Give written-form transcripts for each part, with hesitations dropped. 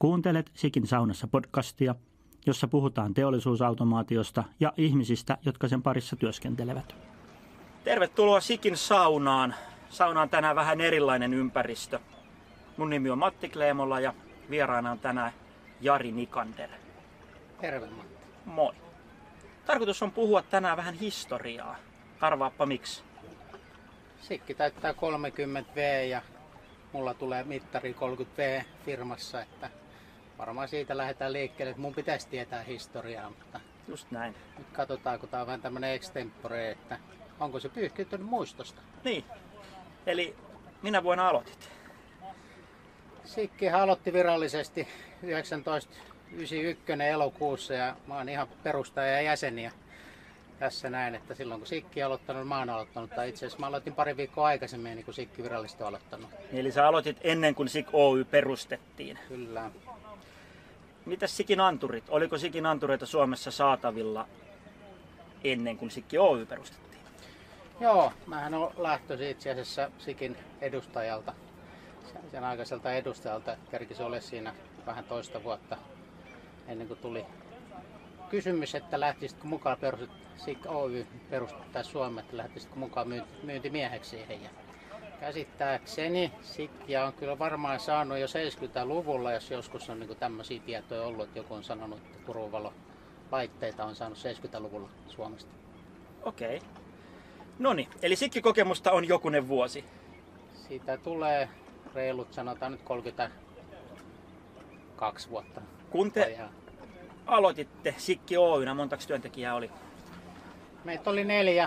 Kuuntelet Sikin saunassa podcastia, jossa puhutaan teollisuusautomaatiosta ja ihmisistä, jotka sen parissa työskentelevät. Tervetuloa Sikin saunaan. Sauna on tänään vähän erilainen ympäristö. Mun nimi on Matti Kleemola ja vieraana on tänään Jari Nikander. Terve Matti. Moi. Tarkoitus on puhua tänään vähän historiaa. Arvaappa miksi? Sikki täyttää 30 V ja mulla tulee mittari 30 V firmassa, että varmaan siitä lähdetään liikkeelle, että mun pitäisi tietää historiaa, mutta Just näin. nyt katsotaan, kun tää on vähän tämmönen extempore, että onko se pyyhkiytynyt muistosta. Niin. Eli minä vuonna aloitit? Sikkihan aloitti virallisesti 1991 elokuussa ja mä oon ihan perustaja ja jäseniä tässä näin, että silloin kun Sikki on aloittanut, mä oon aloittanut, tai itse asiassa mä aloitin pari viikkoa aikaisemmin, niin kuin Sikki virallisesti on aloittanut. Eli sä aloitit ennen kuin Sik Oy perustettiin. Kyllä. Mitäs Sikin anturit? Oliko Sikin antureita Suomessa saatavilla ennen kuin Sikki Oy perustettiin? Joo, mähän on lähtöisin itse asiassa Sikin edustajalta, sen aikaiselta edustajalta, kerkisi ole siinä vähän toista vuotta ennen kuin tuli kysymys, että lähtisitkö mukaan Sik Oy perustettaa Suomeen, että lähtisitkö mukaan myyntimieheksi siihen. Ja käsittääkseni Sikkiä on kyllä varmaan saanut jo 70-luvulla, jos joskus on niin tämmöisiä tietoja ollut, että joku on sanonut, että turvavalolaitteita on saanut 70-luvulla Suomesta. Okei. Noniin, eli Sikki-kokemusta on jokunen vuosi. Siitä tulee reilut, sanotaan nyt 32 vuotta. Kun te aloititte Sikki Oynä, montako työntekijää oli? Meitä oli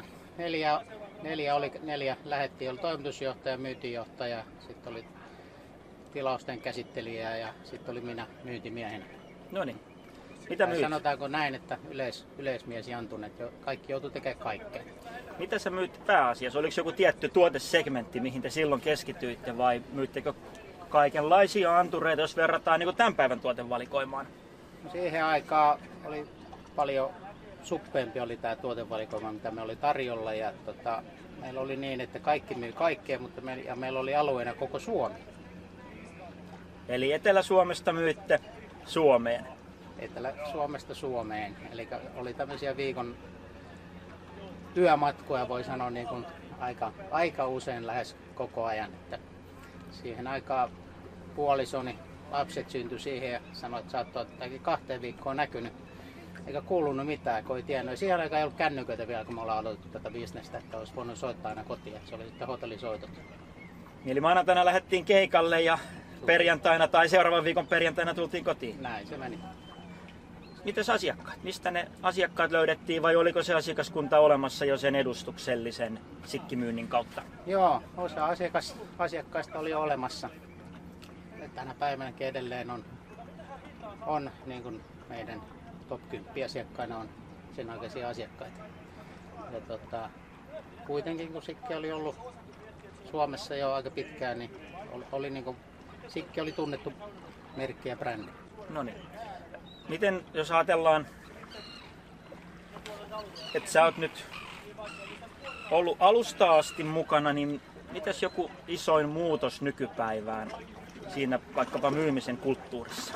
neljä lähettiin, oli toimitusjohtaja, myyntijohtaja, sitten oli tilausten käsittelijä ja sitten oli minä myyntimiehenä. Noniin. Mitä myyt? Sanotaanko näin, että yleismies Jantunen, että kaikki joutuu tekemään kaikkea. Mitä sä myyt pääasiassa? Oliko joku tietty tuotesegmentti, mihin te silloin keskityitte vai myyttekö kaikenlaisia antureita, jos verrataan niin kuin tämän päivän tuotevalikoimaan? Siihen aikaan oli paljon suppeempi oli tämä tuotevalikoima, mitä me oli tarjolla. Ja meillä oli niin, että kaikki myy kaikkea, mutta meillä oli alueena koko Suomi. Eli Etelä-Suomesta myitte Suomeen? Etelä-Suomesta Suomeen. Eli oli tämmöisiä viikon työmatkoja, voi sanoa niin kuin aika usein lähes koko ajan. Että siihen aikaan puolisoni lapset syntyi siihen ja sanoi, että saattoi ottaakin 2 viikkoa näkynyt. Eikä kuulunut mitään, kun ei tiennyt. Siihen aikaan ei ollut kännyköitä vielä, kun me ollaan aloitettu tätä bisnestä, että olisi voinut soittaa aina kotiin. Se oli sitten hotellisoitot. Eli maanantaina lähdettiin keikalle ja perjantaina tai seuraavan viikon perjantaina tultiin kotiin. Näin se meni. Mites asiakkaat? Mistä ne asiakkaat löydettiin vai oliko se asiakaskunta olemassa jo sen edustuksellisen Sikkimyynnin kautta? Joo, osa asiakkaista oli jo olemassa. Tänä päivänäkin edelleen on niin kuin meidän top 10 asiakkaina on sen aikaisia asiakkaita. Ja kuitenkin kun Sikki oli ollut Suomessa jo aika pitkään, niin oli niin kuin, Sikki oli tunnettu merkki ja brändi. No niin. Miten jos ajatellaan, että sä oot nyt ollut alusta asti mukana, niin mitäs joku isoin muutos nykypäivään siinä vaikkapa myymisen kulttuurissa?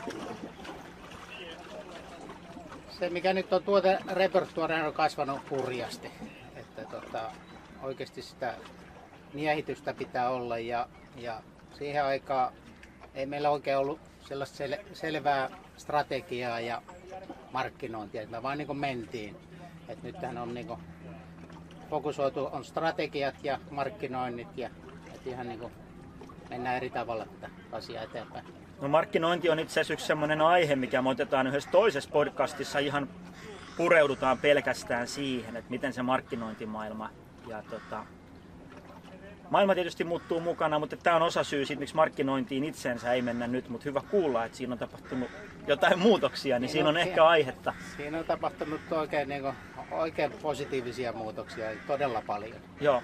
Se mikä nyt on tuoterepertuaari on kasvanut hurjasti. Että oikeasti sitä miehitystä pitää olla ja siihen aikaan ei meillä oikein ollut sellaista selvää strategiaa ja markkinointia, että me vaan niin kuin mentiin. Et nythän on niin kuin fokusoitu on strategiat ja markkinoinnit ja ihan niin kuin mennään eri tavalla tätä asiaa eteenpäin. No markkinointi on itse asiassa yksi semmoinen aihe, mikä me otetaan yhdessä toisessa podcastissa ihan pureudutaan pelkästään siihen, että miten se markkinointimaailma ja maailma tietysti muuttuu mukana, mutta tämä on osa syy siitä, miksi markkinointiin itsensä ei mennä nyt, mutta hyvä kuulla, että siinä on tapahtunut jotain muutoksia, niin siinä on ehkä aihetta. Siinä on tapahtunut oikein positiivisia muutoksia, todella paljon. Joo.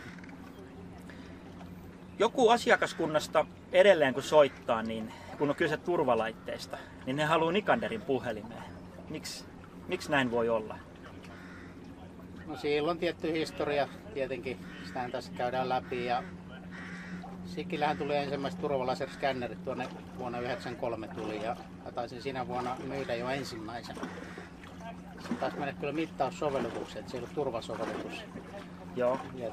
Joku asiakaskunnasta edelleen kun soittaa, niin kun on kyse turvalaitteista, niin ne haluaa Nikanderin puhelimeen. Miksi näin voi olla? No siinä on tietty historia, tietenkin sitä tässä käydään läpi ja Sikillähän tuli ensimmäiset turvalaserskännerit tuonne vuonna 1993 tuli ja taisin siinä vuonna myydä jo ensimmäisen. Se taisi mennä kyllä mittaussovellutukseen, että se ei ollut turvasovellutus. Joo. Ja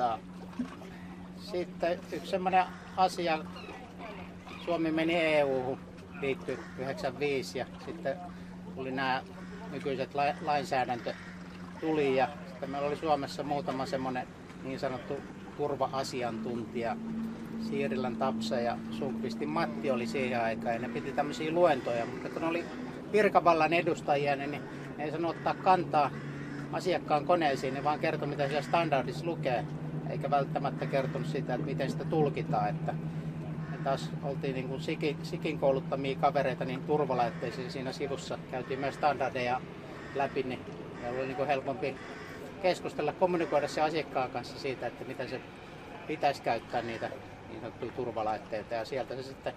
sitten yksi semmoinen asia, Suomi meni EU-hun, liittyi 1995 ja sitten tuli nämä nykyiset lainsäädäntö tuli ja sitten meillä oli Suomessa muutama semmoinen niin sanottu turva-asiantuntija. Siirilän Tapsa ja Sundqvistin Matti oli siihen aikaan ja ne piti tämmöisiä luentoja, mutta kun oli virkavallan edustajia, niin ne ei sano ottaa kantaa asiakkaan koneisiin, ne vaan kertoi mitä siellä standardissa lukee, eikä välttämättä kertonut sitä, että miten sitä tulkitaan. Että me taas oltiin niin kuin Sikin kouluttamia kavereita niin turvalaitteisiin siinä sivussa, käytiin myös standardeja läpi, niin oli niin kuin helpompi keskustella, kommunikoida se asiakkaan kanssa siitä, että miten se pitäisi käyttää niitä niin sanottuja turvalaitteita ja sieltä se sitten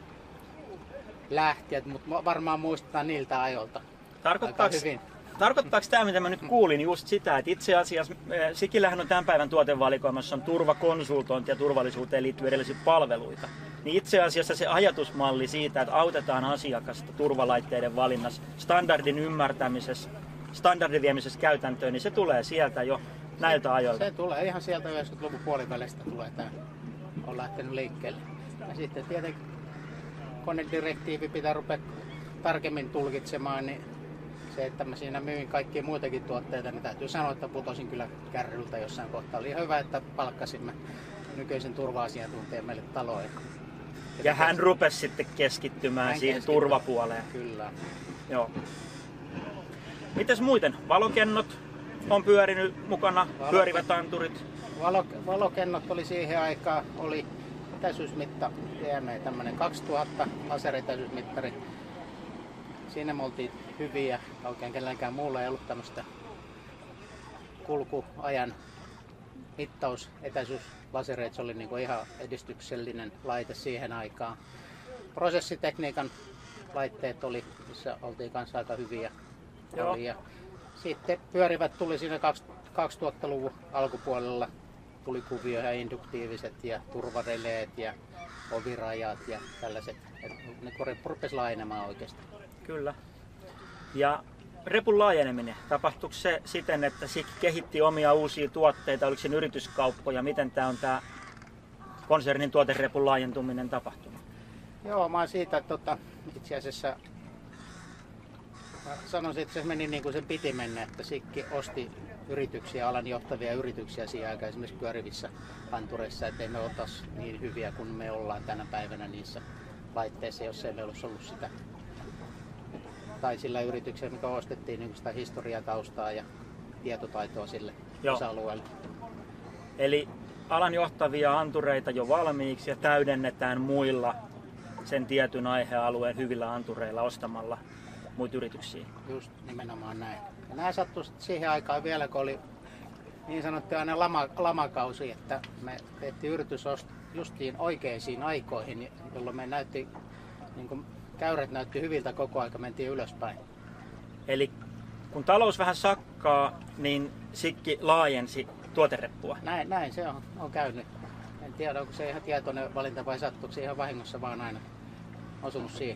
lähti, mutta varmaan muistetaan niiltä ajoilta. Tarkoittaako tämä, mitä mä nyt kuulin, just sitä, että itse asiassa Sikillähän on tämän päivän tuotevalikoimassa on turvakonsultointi ja turvallisuuteen liittyviä erilaisia palveluita. Niin itse asiassa se ajatusmalli siitä, että autetaan asiakasta turvalaitteiden valinnassa, standardin ymmärtämisessä, standardin viemisessä käytäntöön, niin se tulee sieltä jo näiltä ajoilta. Se tulee ihan sieltä 90-luvun puolivälistä tulee tämä. On lähtenyt liikkeelle. Ja sitten tietenkin konedirektiivi pitää rupea tarkemmin tulkitsemaan, niin se, että mä siinä myin kaikkia muitakin tuotteita, niin täytyy sanoa, että putosin kyllä kärryltä jossain kohtaa. Oli hyvä, että palkkasimme nykyisen turva-asiantuntijan meille taloon. Ja hän rupesi sitten keskittymään siihen turvapuoleen. Kyllä. Joo. Mites muuten? Valokennot on pyörinyt mukana, pyörivät anturit. Valokennot oli siihen aikaan, oli etäisyysmitta, DME, tämmönen 2000 laseretäisyysmittari. Siinä me oltiin hyviä, oikein kenelläkään muulla ei ollut tämmöistä kulkuajan mittaus, etäisyyslasereita. Se oli niinku ihan edistyksellinen laite siihen aikaan. Prosessitekniikan laitteet oli, missä oltiin kanssa aika hyviä. Oli. Ja sitten pyörivät tuli siinä 2000-luvun alkupuolella. Tuli kuvio ja induktiiviset ja turvareleet ja ovirajat ja tällaiset. Ne rupesi laajenemaan oikeasti. Kyllä. Ja repun laajeneminen, tapahtuiko se siten, että SIK kehitti omia uusia tuotteita, oliko sen yrityskauppoja, miten tämä konsernin tuoterepun laajentuminen tapahtunut? Joo, mä oon siitä, että itse asiassa sanoisin, että se meni niin kuin sen piti mennä, että SIK osti yrityksiä, alan johtavia yrityksiä siihen aikaan esimerkiksi pyörivissä antureissa, ettei me oltaisi niin hyviä kuin me ollaan tänä päivänä niissä laitteissa, jos ei meillä olisi ollut sitä. Tai sillä yrityksellä, mikä ostettiin niin sitä historiaa, taustaa ja tietotaitoa sille osa-alueelle. Eli alan johtavia antureita jo valmiiksi ja täydennetään muilla sen tietyn aihealueen hyvillä antureilla ostamalla muita yrityksiä. Just nimenomaan näin. Ja nämä sattuivat siihen aikaan vielä, kun oli niin sanottu aina lamakausi, että me tehtiin yritys justiin oikeisiin aikoihin, jolloin me näytti, niin kuin käyrät näytti hyviltä koko aika, mentiin ylöspäin. Eli kun talous vähän sakkaa, niin Sikki laajensi tuotereppua. Näin se on käynyt. En tiedä, onko se ihan tietoinen valinta vai sattuuko se ihan vahingossa vaan aina osunut siihen.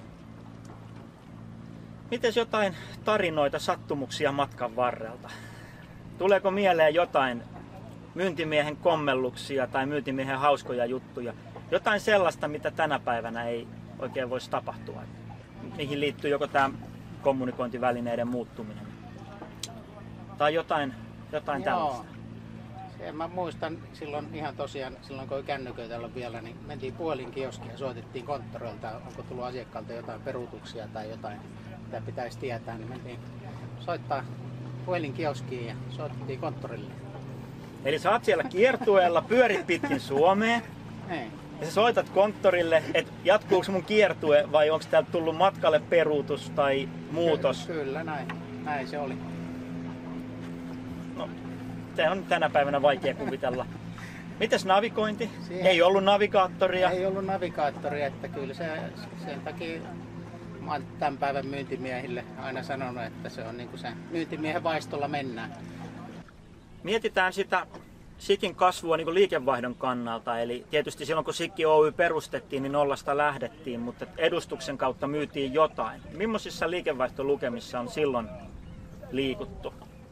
Mites jotain tarinoita, sattumuksia matkan varrelta? Tuleeko mieleen jotain myyntimiehen kommelluksia tai myyntimiehen hauskoja juttuja? Jotain sellaista, mitä tänä päivänä ei oikein voisi tapahtua? Mihin liittyy joko tämä kommunikointivälineiden muuttuminen? Tai jotain tällaista? Sen mä muistan silloin ihan tosiaan, silloin kun kännyköitä oli vielä, niin mentiin puhelinkioskiin ja soitettiin konttorilta, onko tullut asiakkaalta jotain peruutuksia tai jotain, mitä pitäisi tietää, niin mentiin soittaa puhelinkioskiin ja soitettiin konttorille. Eli sä oot siellä kiertueella, pyörit pitkin Suomea. Ei. Ja sä soitat konttorille, että jatkuuko mun kiertue vai onko täältä tullut matkalle peruutus tai muutos? Kyllä, näin se oli. No, se on tänä päivänä vaikea kuvitella. Mites navigointi? Siihen ei ollut navigaattoria? Ei ollut navigaattoria, että kyllä sen takia mä oon tämän päivän myyntimiehille aina sanonut, että se on niin kuin se myyntimiehen vaistolla mennään. Mietitään sitä Sikin kasvua niin liikevaihdon kannalta? Eli tietysti silloin kun Sikki Oy perustettiin, niin nollasta lähdettiin, mutta edustuksen kautta myytiin jotain. Millaisissa liikevaihtolukemissa on silloin liikuttu?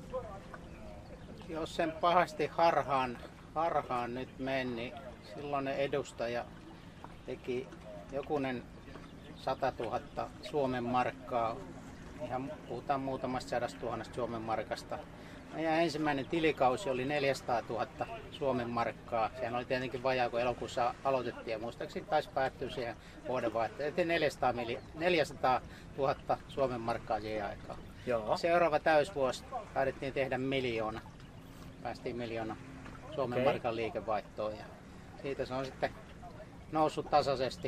Jos sen pahasti harhaan nyt meni, niin silloinen edustaja teki jokunen 100 000 Suomen markkaa. Ihan puhutaan muutamasta 100 000 Suomen markasta. Meidän ensimmäinen tilikausi oli 400 000 Suomen markkaa. Sehän oli tietenkin vajaa, kun elokuussa aloitettiin ja muistaakseni taisi päättyä siihen vuodenvaihteen. 400 000 Suomen markkaa siihen aikaan. Joo. Seuraava täysvuosi taidettiin tehdä 1 miljoona. Päästiin 1 miljoona Suomen markan liikevaihtoon ja siitä se on sitten noussut tasaisesti.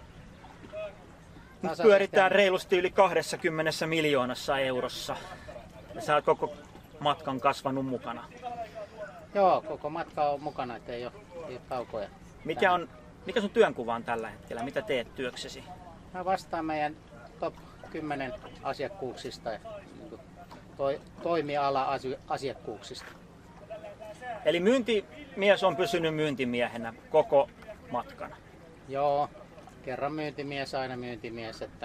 Nyt pyöritään reilusti yli 20 miljoonassa eurossa. Ja sä oot koko matkan kasvanut mukana. Joo, koko matka on mukana, ettei ei ole taukoja. Mikä sun työnkuva on tällä hetkellä? Mitä teet työksesi? Mä vastaan meidän top 10 asiakkuuksista ja toimiala-asiakkuuksista. Eli myyntimies on pysynyt myyntimiehenä koko matkan? Joo, kerran myyntimies, aina myyntimies, että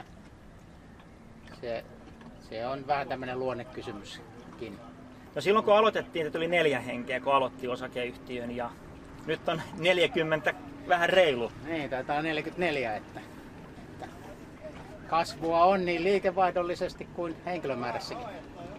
se on vähän tämmöinen luonnekysymyskin. No silloin kun aloitettiin, tuli 4 henkeä, kun aloitti osakeyhtiön ja nyt on 40 vähän reilu. Niin, taitaa 44, että kasvua on niin liikevaihdollisesti kuin henkilömäärässäkin.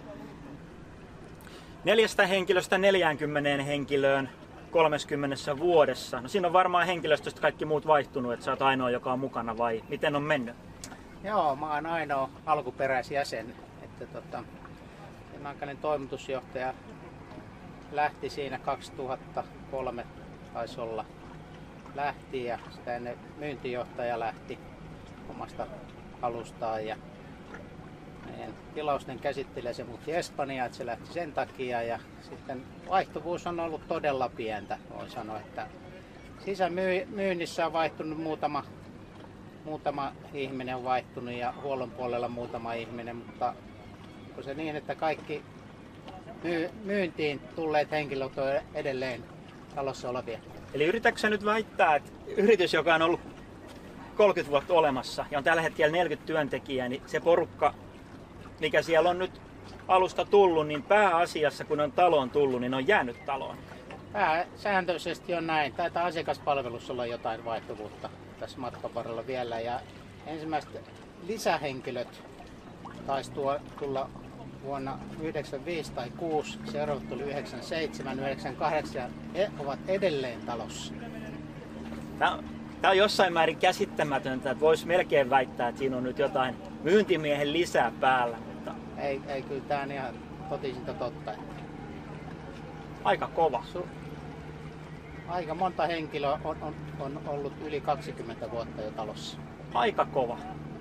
4 henkilöstä 40 henkilöön 30 vuodessa. No siinä on varmaan henkilöstöstä kaikki muut vaihtunut, että sä oot ainoa, joka on mukana vai miten on mennyt? Joo, mä oon ainoa alkuperäisjäsen. Että sen aikainen toimitusjohtaja lähti siinä 2003 taisi olla lähti ja sitä ennen myyntijohtaja lähti omasta alustaan ja meidän tilausten käsittelijä se muutti Espanjaan, että se lähti sen takia ja sitten vaihtuvuus on ollut todella pientä, voin sanoa, että sisämyynnissä on vaihtunut muutama ihminen on vaihtunut ja huollon puolella muutama ihminen, mutta onko se niin, että kaikki myyntiin tulleet henkilöt on edelleen talossa olevia? Eli yritätkö sä nyt väittää, että yritys, joka on ollut 30 vuotta olemassa ja on tällä hetkellä 40 työntekijää, niin se porukka, mikä siellä on nyt alusta tullut, niin pääasiassa kun on taloon tullut, niin on jäänyt taloon? Sääntöisesti on näin. Taitaa asiakaspalvelussa olla jotain vaihtuvuutta tässä matkan varrella vielä. Ja ensimmäiset lisähenkilöt taisi tulla vuonna 1995 tai 6, seuraavat tuli 97, 98 ja he ovat edelleen talossa. Tämä on jossain määrin käsittämätöntä, että voisi melkein väittää, että siinä on nyt jotain myyntimiehen lisää päällä. Mutta ei kyllä tämä on ihan totisinta totta. Aika kova. Aika monta henkilöä on ollut yli 20 vuotta jo talossa. Aika kova.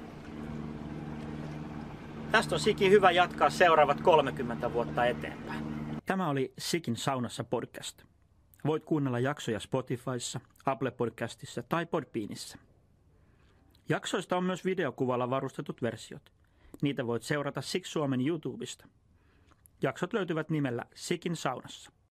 Tästä on Siki hyvä jatkaa seuraavat 30 vuotta eteenpäin. Tämä oli Sikin saunassa podcast. Voit kuunnella jaksoja Spotifyssa, Apple Podcastissa tai Podbeanissa. Jaksoista on myös videokuvalla varustetut versiot. Niitä voit seurata Sik Suomen YouTubesta. Jaksot löytyvät nimellä Sikin saunassa.